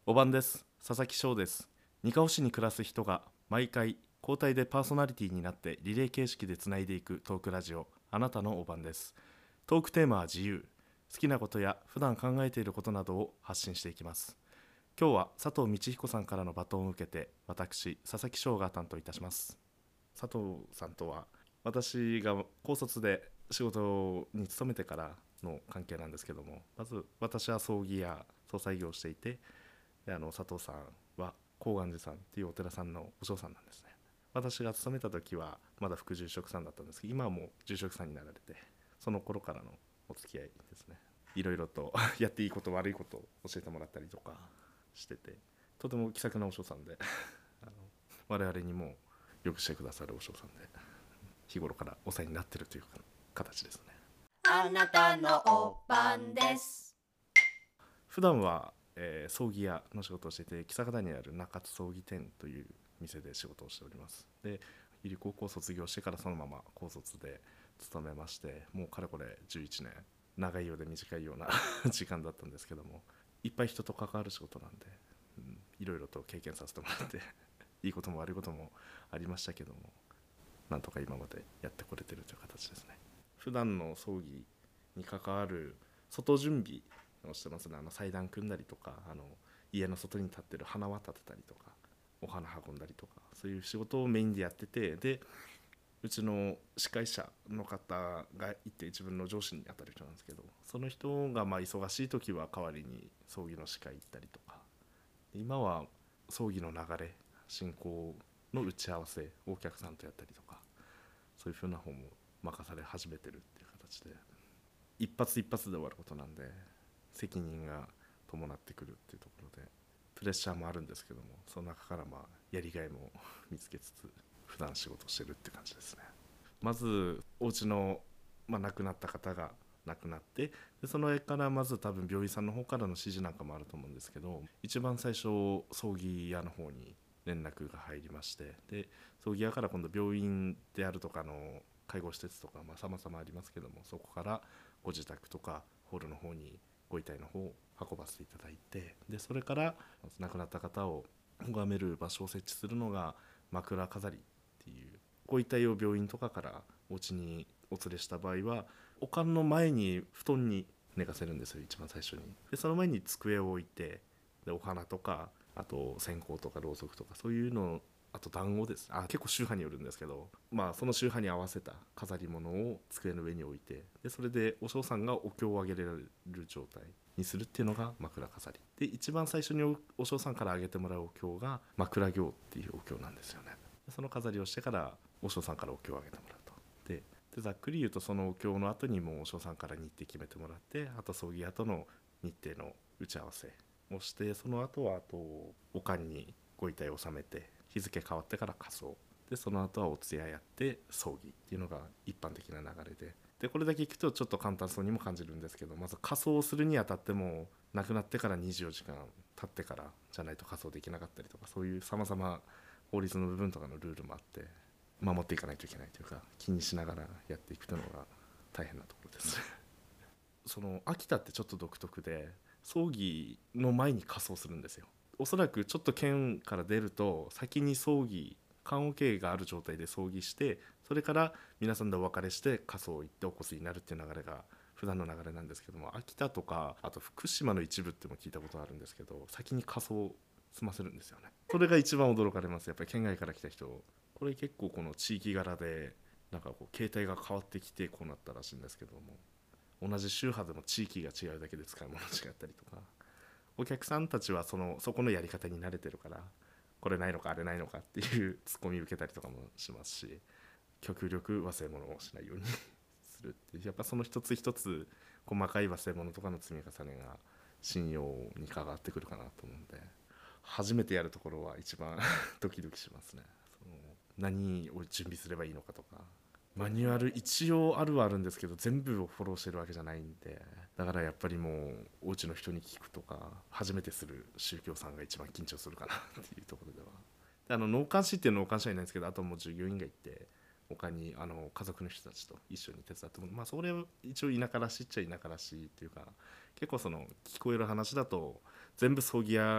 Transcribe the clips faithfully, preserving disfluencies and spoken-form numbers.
おばんです。佐々木翔です。にかほ市に暮らす人が毎回交代でパーソナリティになってリレー形式でつないでいくトークラジオ、あなたのおばんです。トークテーマは自由。好きなことや普段考えていることなどを発信していきます。今日は佐藤道彦さんからのバトンを受けて、私佐々木翔が担当いたします。佐藤さんとは私が高卒で仕事に勤めてからの関係なんですけども、まず私は葬儀や葬祭業をしていて、であの佐藤さんは高岩寺さんっていうお寺さんのお嬢さんなんですね。私が勤めた時はまだ副住職さんだったんですけど、今はもう住職さんになられて、その頃からのお付き合いですね。いろいろとやっていいこと悪いことを教えてもらったりとかしてて、とても気さくなお嬢さんであの我々にもよくしてくださるお嬢さんで、日頃からお世話になってるという形ですね。 あなたのおばんです。 普段は、えー葬儀屋の仕事をしていて、木坂谷にある中津葬儀店という店で仕事をしております。で、入り高校卒業してからそのまま高卒で勤めまして、もうかれこれじゅういちねん、長いようで短いような時間だったんですけども、いっぱい人と関わる仕事なんで、うん、いろいろと経験させてもらっていいことも悪いこともありましたけども、なんとか今までやってこれてるという形ですね。普段の葬儀に関わる外準備をしてますね。あの祭壇組んだりとか、あの家の外に立ってる花輪立てたりとか、お花運んだりとか、そういう仕事をメインでやってて、でうちの司会者の方がいて、自分の上司にあたる人なんですけど、その人がまあ忙しい時は代わりに葬儀の司会行ったりとか、今は葬儀の流れ、進行の打ち合わせをお客さんとやったりとか、そういうふうな方も任され始めてるっていう形で、一発一発で終わることなんで責任が伴ってくるっていうところでプレッシャーもあるんですけども、その中からまあやりがいも見つけつつ普段仕事してるって感じですね。まずお家の、まあ、亡くなった方が亡くなって、でその上からまず多分病院さんの方からの指示なんかもあると思うんですけど、一番最初葬儀屋の方に連絡が入りまして、で葬儀屋から今度病院であるとかの介護施設とかさまざまありますけども、そこからご自宅とかホールの方にご遺体の方を運ばせていただいて、でそれから亡くなった方を拝める場所を設置するのが枕飾りっていう、ご遺体を病院とかからお家にお連れした場合はおかんの前に布団に寝かせるんですよ、一番最初に。でその前に机を置いて、でお花とかあと線香とかろうそくとかそういうのを、あと団子です、あ結構宗派によるんですけど、まあその宗派に合わせた飾り物を机の上に置いて、でそれでお嬢さんがお経をあげられる状態にするっていうのが枕飾りで、一番最初に お, お嬢さんからあげてもらうお経が枕経っていうお経なんですよね。その飾りをしてからお嬢さんからお経をあげてもらうと。ででざっくり言うと、そのお経の後にもうお嬢さんから日程決めてもらって、あと葬儀後の日程の打ち合わせをして、その後はあとおかんにご遺体を納めて、日付変わってから火葬で、その後はお通夜やって葬儀っていうのが一般的な流れで、でこれだけ聞くとちょっと簡単そうにも感じるんですけど、まず火葬するにあたっても亡くなってからにじゅうよじかん経ってからじゃないと火葬できなかったりとか、そういうさまざま法律の部分とかのルールもあって守っていかないといけないというか、気にしながらやっていくというのが大変なところですその秋田ってちょっと独特で、葬儀の前に火葬するんですよ。おそらくちょっと県から出ると先に葬儀棺桶がある状態で葬儀して、それから皆さんでお別れして火葬行ってお骨になるっていう流れが普段の流れなんですけども、秋田とかあと福島の一部っても聞いたことあるんですけど、先に火葬済ませるんですよね。それが一番驚かれます。やっぱり県外から来た人、これ結構この地域柄でなんかこう形態が変わってきてこうなったらしいんですけども、同じ宗派でも地域が違うだけで使い物違ったりとか、お客さんたちはそのそこのやり方に慣れてるから、これないのかあれないのかっていうツッコミ受けたりとかもしますし、極力忘れ物をしないようにするっていう、やっぱその一つ一つ細かい忘れ物とかの積み重ねが信用に関わってくるかなと思うんで、初めてやるところは一番ドキドキしますね。その何を準備すればいいのかとか、マニュアル一応あるはあるんですけど全部をフォローしてるわけじゃないんで、だからやっぱりもうお家の人に聞くとか初めてする宗教さんが一番緊張するかなっていうところでは、であの納棺師っていう納棺師はいないんですけど、あともう従業員がいて他にあの家族の人たちと一緒に手伝ってもらう、まあそれは一応田舎らしいっちゃ田舎らしいっていうか、結構その聞こえる話だと全部葬儀屋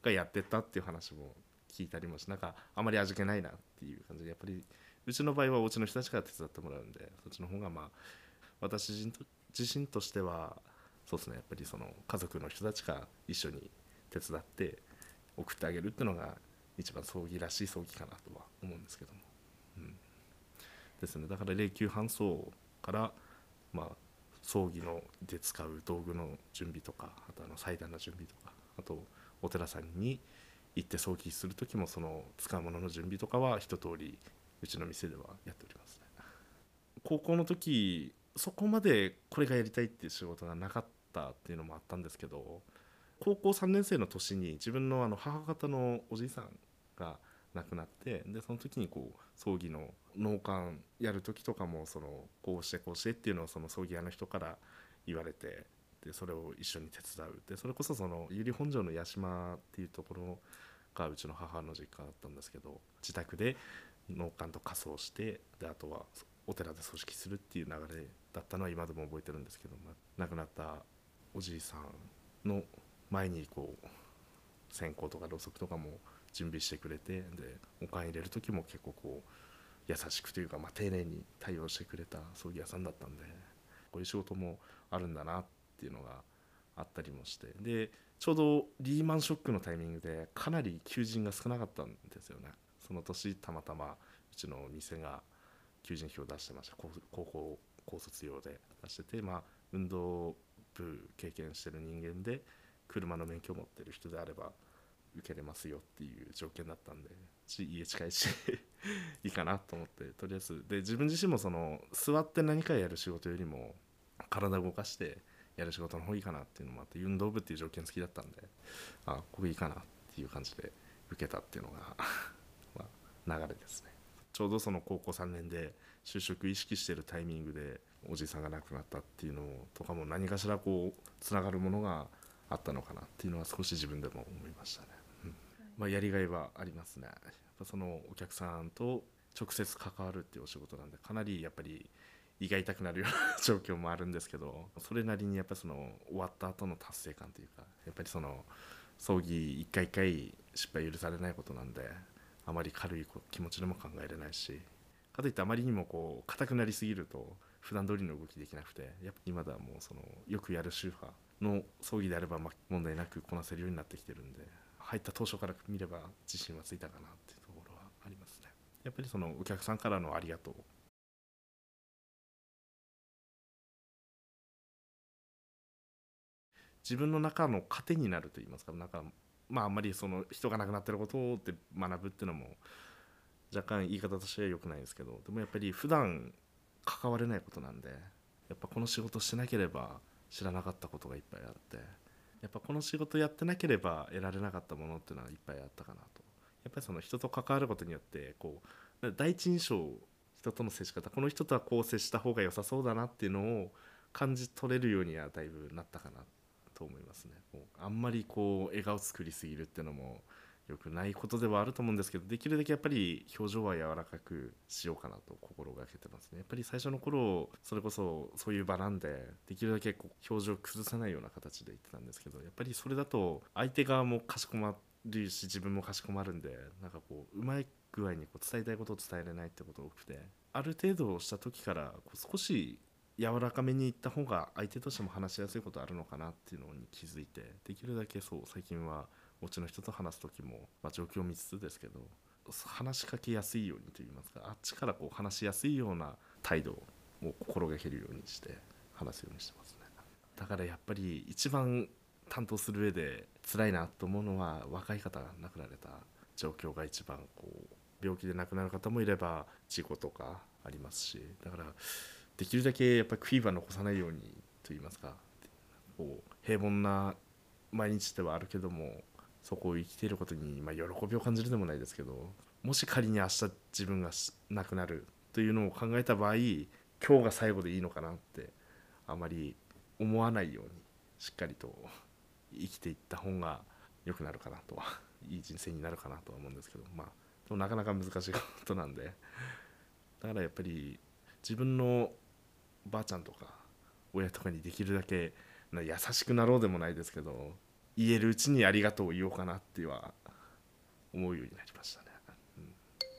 がやってったっていう話も聞いたりもし、なんかあまり味気ないなっていう感じで、やっぱりうちの場合はお家の人たちから手伝ってもらうんで、そっちの方がまあ私自身としてはそうですね、やっぱりその家族の人たちが一緒に手伝って送ってあげるっていうのが一番葬儀らしい葬儀かなとは思うんですけども、うん、ですね。だから霊柩搬送からまあ葬儀ので使う道具の準備とか、あとあの祭壇の準備とか、あとお寺さんに行って葬儀する時もその使うものの準備とかは一通りうちの店ではやっておりますね。高校の時そこまでこれがやりたいっていう仕事がなかったっていうのもあったんですけど、高校さんねん生の年に自分のあの母方のおじいさんが亡くなって、でその時にこう葬儀の納棺やる時とかもそのこうしてこうしてっていうのをその葬儀屋の人から言われて、でそれを一緒に手伝う。でそれこそその由利本荘の八島っていうところがうちの母の実家だったんですけど、自宅で納棺と仮装して、であとはお寺で組織するっていう流れだったのは今でも覚えてるんですけど、まあ、亡くなったおじいさんの前にこう線香とかろうそくとかも準備してくれて、でお棺入れる時も結構こう優しくというか、まあ、丁寧に対応してくれた葬儀屋さんだったんで、こういう仕事もあるんだなっていうのがあったりもして、でちょうどリーマンショックのタイミングでかなり求人が少なかったんですよね。その年たまたまうちの店が求人票を出してました。高校高卒用で出してて、まあ、運動部経験してる人間で車の免許を持ってる人であれば受けれますよっていう条件だったんで、家近いしいいかなと思って、とりあえずで自分自身もその座って何かやる仕事よりも体を動かしてやる仕事の方がいいかなっていうのもあって、運動部っていう条件付きだったんで、あここいいかなっていう感じで受けたっていうのがまあ流れですね。ちょうどその高校さんねんで就職意識してるタイミングでおじいさんが亡くなったっていうのとかも何かしらこうつながるものがあったのかなっていうのは少し自分でも思いましたね。うん、まあ、やりがいはありますね。やっぱそのお客さんと直接関わるっていうお仕事なんで、かなりやっぱり胃が痛くなるような状況もあるんですけど、それなりにやっぱその終わった後の達成感というか、やっぱりその葬儀一回一回失敗許されないことなんで、あまり軽い気持ちでも考えれないし、かといってあまりにもこう硬くなりすぎると普段通りの動きできなくて、やっぱ今ではもうそのよくやる宗派の葬儀であれば問題なくこなせるようになってきてるんで、入った当初から見れば自信はついたかなっていうところはありますね。やっぱりそのお客さんからのありがとう、自分の中の糧になると言いますか、なんかまああんまりその人が亡くなってることって学ぶっていうのも若干言い方としては良くないんですけど、でもやっぱり普段関われないことなんで、やっぱこの仕事しなければ知らなかったことがいっぱいあって、やっぱこの仕事やってなければ得られなかったものっていうのはいっぱいあったかなと。やっぱりその人と関わることによってこう第一印象、人との接し方、この人とはこう接した方が良さそうだなっていうのを感じ取れるようにはだいぶなったかなと思いますね。もうあんまりこう笑顔作りすぎるっていうのも良くないことではあると思うんですけど、できるだけやっぱり表情は柔らかくしようかなと心がけてますね。やっぱり最初の頃それこそそういう場なんで、できるだけこう表情を崩さないような形で言ってたんですけど、やっぱりそれだと相手側もかしこまるし自分もかしこまるんで、なんかこううまい具合にこう伝えたいことを伝えれないってことが多くて、ある程度した時からこう少し柔らかめに言った方が相手としても話しやすいことあるのかなっていうのに気づいて、できるだけそう最近はお家の人と話す時も、まあ、状況を見つつですけど、話しかけやすいようにといいますか、あっちからこう話しやすいような態度を心がけるようにして話すようにしてますね。だからやっぱり一番担当する上で辛いなと思うのは、若い方が亡くなられた状況が一番こう、病気で亡くなる方もいれば事故とかありますし、だからできるだけやっぱり悔いは残さないようにといいますか、こう平凡な毎日ではあるけども、そこを生きていることに、まあ、喜びを感じるでもないですけど、もし仮に明日自分が亡くなるというのを考えた場合、今日が最後でいいのかなってあまり思わないようにしっかりと生きていった方が良くなるかなとは、いい人生になるかなとは思うんですけど、まあでもなかなか難しいことなんで、だからやっぱり自分のばあちゃんとか親とかにできるだけ優しくなろうでもないですけど、 言えるうちにありがとうを言おうかなっては思うようになりましたね、うん、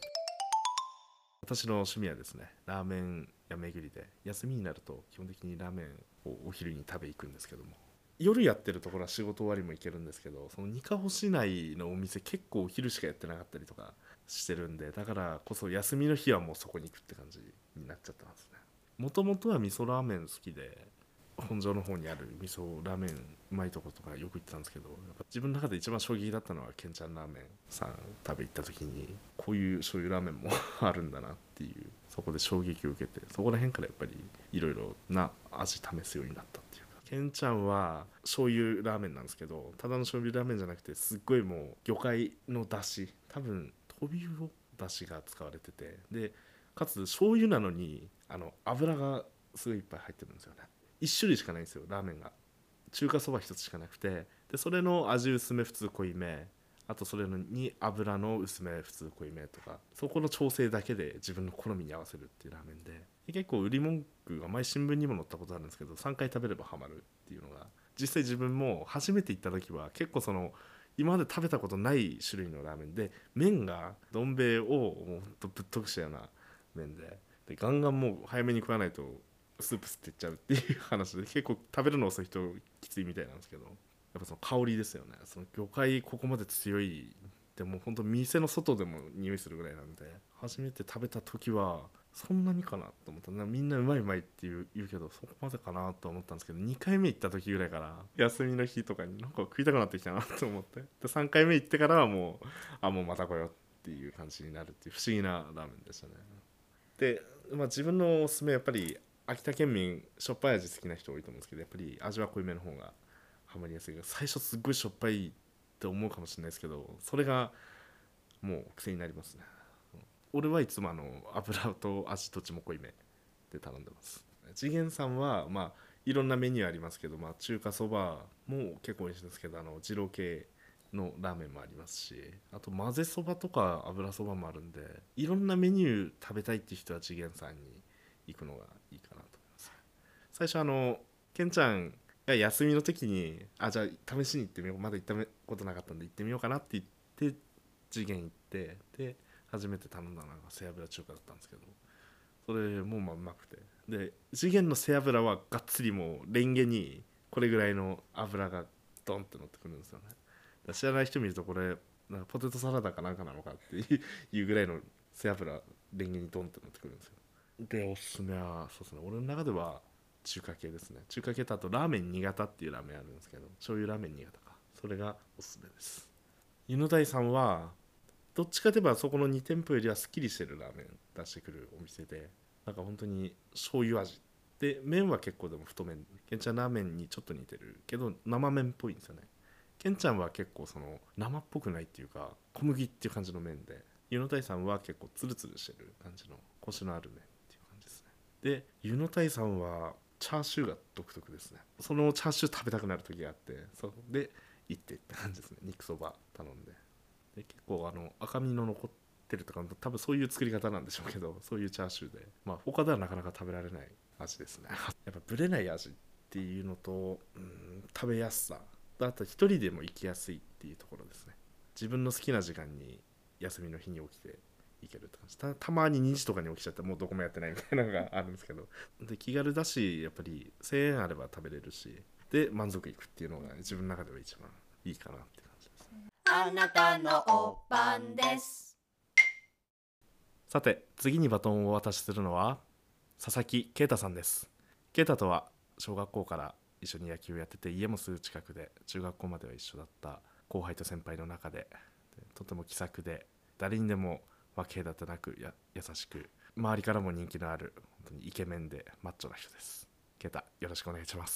私の趣味はですねラーメン屋巡りで、休みになると基本的にラーメンをお昼に食べ行くんですけども、夜やってるところは仕事終わりも行けるんですけど、そのにかほ市内のお店結構お昼しかやってなかったりとかしてるんで、だからこそ休みの日はもうそこに行くって感じになっちゃってますね。もともとは味噌ラーメン好きで、本庄の方にある味噌ラーメンうまいとことかよく行ってたんですけど、やっぱ自分の中で一番衝撃だったのはけんちゃんラーメンさん食べ行った時に、こういう醤油ラーメンもあるんだなっていう、そこで衝撃を受けて、そこら辺からやっぱりいろいろな味試すようになったっていうか、けんちゃんは醤油ラーメンなんですけど、ただの醤油ラーメンじゃなくてすっごいもう魚介の出汁、多分トビウオ出汁が使われてて、でかつ醤油なのにあの油がすごいいっぱい入ってるんですよね。いち種類しかないんですよラーメンが。中華そばひとつしかなくて、でそれの味薄め普通濃いめ、あとそれに油の薄め普通濃いめとか、そこの調整だけで自分の好みに合わせるっていうラーメン で, で結構売り文句が前新聞にも載ったことあるんですけど、さんかい食べればハマるっていうのが、実際自分も初めて行った時は結構その今まで食べたことない種類のラーメンで、麺がどん兵衛をもうほんとぶっとくしたような麺 で, でガンガンもう早めに食わないとスープ吸っていっちゃうっていう話で、結構食べるの遅い人きついみたいなんですけど、やっぱその香りですよね。その魚介ここまで強いでも本当店の外でも匂いするぐらいなんで、初めて食べた時はそんなにかなと思った。なみんなうまいうまいって言う、言うけどそこまでかなと思ったんですけど、にかいめ行った時ぐらいから休みの日とかになんか食いたくなってきたなと思って、でさんかいめ行ってからはもうあもうまた来ようっていう感じになるっていう不思議なラーメンでしたね。で、まあ、自分のおすすめやっぱり秋田県民しょっぱい味好きな人多いと思うんですけど、やっぱり味は濃いめの方がハマりやすいが、最初すっごいしょっぱいって思うかもしれないですけど、それがもう癖になりますね。俺はいつもあの油と味どっちも濃いめで頼んでます。次元さんはまあいろんなメニューありますけど、まあ、中華そばも結構美味しいんですけど、あの二郎系のラーメンもありますし、あと混ぜそばとか油そばもあるんで、いろんなメニュー食べたいっていう人は次元さんに行くのがいいかなと思います。最初あのケンちゃんが休みの時に、あじゃあ試しに行ってみよう、まだ行ったことなかったんで行ってみようかなって言って次元行って、で初めて頼んだのが背脂中華だったんですけど、それもまあうまくて、で次元の背脂はがっつりもうレンゲにこれぐらいの油がドンって乗ってくるんですよね。知らない人見るとこれなんかポテトサラダかなんかなのかっていうぐらいの背脂レンゲにドンって乗ってくるんですよ。でおすすめはそうですね、俺の中では中華系ですね。中華系とあとラーメン新潟っていうラーメンあるんですけど、醤油ラーメン新潟か、それがおすすめです。湯の台さんはどっちかといえばそこのに店舗よりはすっきりしてるラーメン出してくるお店で、なんか本当に醤油味で、麺は結構でも太麺、けんちゃんラーメンにちょっと似てるけど生麺っぽいんですよね。けんちゃんは結構その生っぽくないっていうか小麦っていう感じの麺で、湯の台さんは結構ツルツルしてる感じのコシのある麺っていう感じですね。で湯の台さんはチャーシューが独特ですね。そのチャーシュー食べたくなる時があって、それで行ってって感じですね。肉そば頼んで、で結構あの赤身の残ってるとか多分そういう作り方なんでしょうけど、そういうチャーシューで、まあ他ではなかなか食べられない味ですね。やっぱブレない味っていうのと、うん、食べやすさ、あと一人でも行きやすいっていうところですね。自分の好きな時間に休みの日に起きて行けるって感じ。 た, たまににじとかに起きちゃってもうどこもやってないみたいなのがあるんですけど、で気軽だし、やっぱりせんえんあれば食べれるし、で満足いくっていうのが自分の中では一番いいかなって感じです。 あなたのおばんです。 さて次にバトンをお渡しするのは佐々木啓太さんです。啓太とは小学校から一緒に野球をやってて、家もすぐ近くで中学校までは一緒だった後輩と先輩の中 で, でとても気さくで、誰にでも和気だってなくや優しく、周りからも人気のある本当にイケメンでマッチョな人です。啓太よろしくお願いします。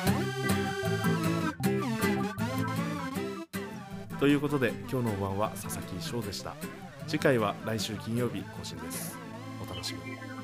ということで今日のお晩は佐々木翔でした。次回は来週金曜日更新です。お楽しみに。